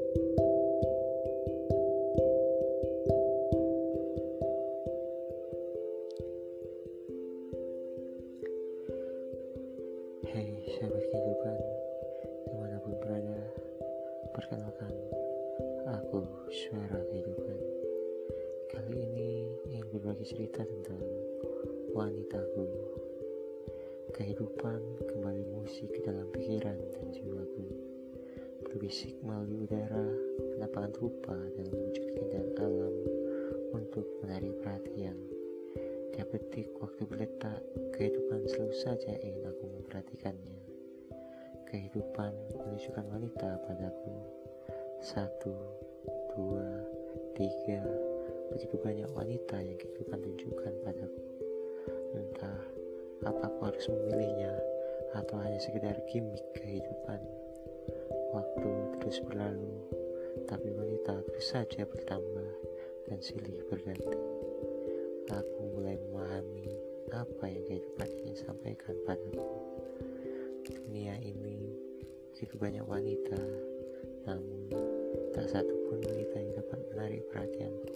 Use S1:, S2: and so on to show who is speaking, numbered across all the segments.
S1: Hei sahabat kehidupan, dimanapun berada, perkenalkan, aku Suara Kehidupan. Kali ini ingin berbagi cerita tentang wanitaku. Kehidupan kembali musik ke dalam pikiran dan jiwaku, berbisik melalui udara, menampakkan rupa dan mewujud keindahan alam untuk menarik perhatian. Tiap detik waktu berletak, kehidupan selalu saja ingin aku memperhatikannya. Kehidupan menunjukkan wanita padaku. 1, 2, 3, begitu banyak wanita yang kehidupan tunjukkan padaku. Entah apa aku harus memilihnya atau hanya sekedar gimmick kehidupan. Waktu terus berlalu, tapi wanita terus saja bertambah dan silih berganti. Aku mulai memahami apa yang kehidupan ingin sampaikan padaku. Dunia ini begitu banyak wanita, namun tak satu pun wanita yang dapat menarik perhatianku.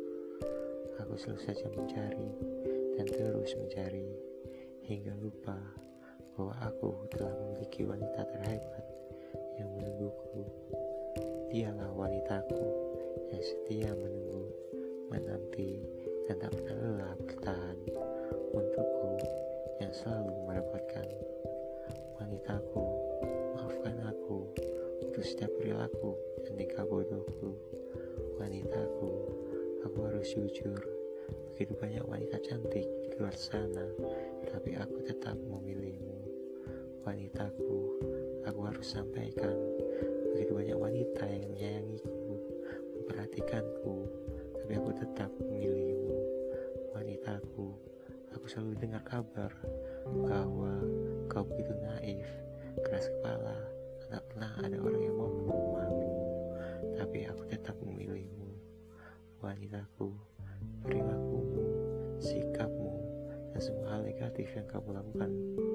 S1: Aku selalu saja mencari dan terus mencari, hingga lupa bahwa aku telah memiliki wanita terhebat yang menungguku. Dialah wanitaku yang setia menunggu, menanti, dan tak pernah lelah bertahan untukku yang selalu merepotkan. Wanitaku, maafkan aku untuk setiap perilaku dan tingkah bodohku. Wanitaku, aku harus jujur. Begitu banyak wanita cantik di luar sana, tapi aku tetap memilihmu. Wanitaku, aku harus sampaikan. Begitu banyak wanita yang menyayangiku, memperhatikanku, tapi aku tetap memilihmu. Wanitaku, aku selalu dengar kabar bahwa kau begitu naif, keras kepala, tak pernah ada orang yang mau memahamimu, tapi aku tetap memilihmu. Wanitaku, perilakumu, sikapmu, dan semua hal negatif yang kamu lakukan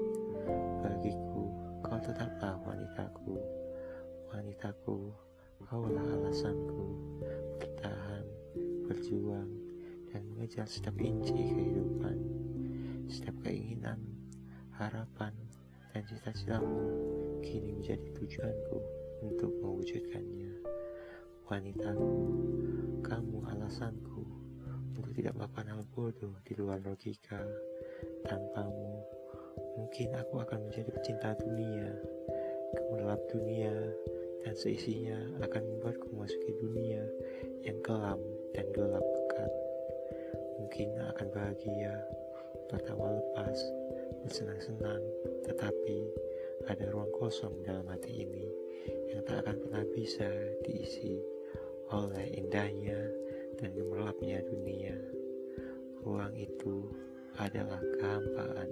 S1: bagiku, kau tetaplah wanitaku. Wanitaku, kaulah alasanku bertahan, berjuang, dan mengejar setiap inci kehidupan. Setiap keinginan, harapan, dan cita-citamu kini menjadi tujuanku untuk mewujudkannya. Wanitaku, kamu alasanku untuk tidak melakukan hal bodoh di luar logika. Tanpamu, mungkin aku akan menjadi pecinta dunia, gemerlap dunia, dan seisinya akan membuatku memasuki dunia yang kelam dan gelap pekat. Mungkin akan bahagia, tertawa lepas, bersenang-senang, tetapi ada ruang kosong dalam hati ini yang tak akan pernah bisa diisi oleh indahnya dan gemerlapnya dunia. Ruang itu adalah kehampaan.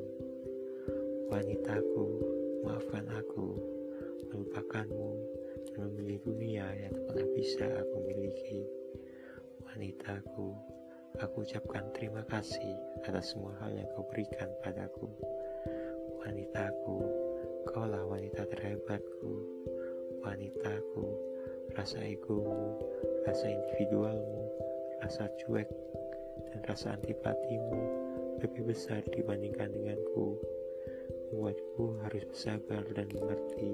S1: Wanitaku, maafkan aku melupakanmu dan memilih dunia yang tak pernah bisa aku miliki. Wanitaku, aku ucapkan terima kasih atas semua hal yang kau berikan padaku. Wanitaku, kaulah wanita terhebatku. Wanitaku, rasa egomu, rasa individualmu, rasa cuek, dan rasa antipatimu lebih besar dibandingkan denganku, membuatku harus bersabar dan mengerti.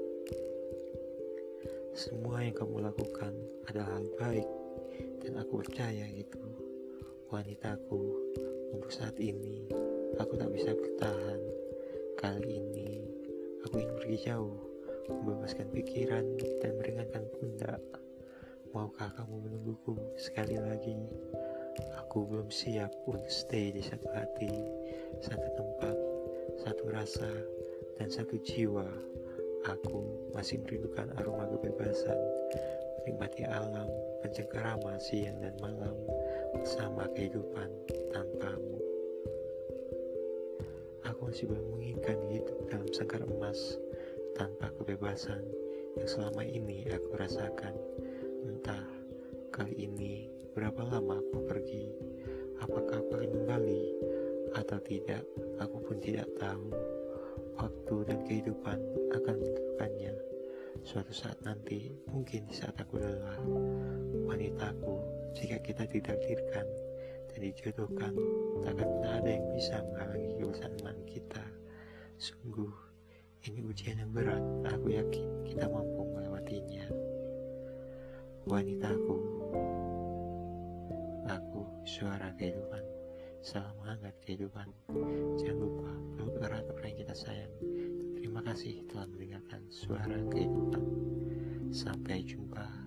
S1: Semua yang kamu lakukan adalah hal baik, dan aku percaya itu. Wanitaku, untuk saat ini aku tak bisa bertahan. Kali ini aku ingin pergi jauh, membebaskan pikiran dan meringankan pundak. Maukah kamu menungguku sekali lagi? Aku belum siap untuk stay di satu hati, satu tempat, satu rasa, dan satu jiwa. Aku masih merindukan aroma kebebasan, menikmati alam, pencengkerama siang dan malam bersama kehidupan tanpamu. Aku masih belum menginginkan hidup dalam sangkar emas tanpa kebebasan yang selama ini aku rasakan. Entah kali ini berapa lama aku pergi, apakah aku akan kembali atau tidak, aku pun tidak tahu. Waktu dan kehidupan akan menentukannya. Suatu saat nanti, mungkin di saat aku lelah, wanitaku, jika kita ditakdirkan dan dijodohkan, takkan pernah ada yang bisa menghalangi kebersamaan kita. Sungguh, ini ujian yang berat. Aku yakin kita mampu melewatinya. Wanitaku, aku suara kehidupan. Salam hangat kehidupan. Jangan lupa peluk erat orang yang kita sayang. Terima kasih telah mendengarkan suara kehidupan. Sampai jumpa.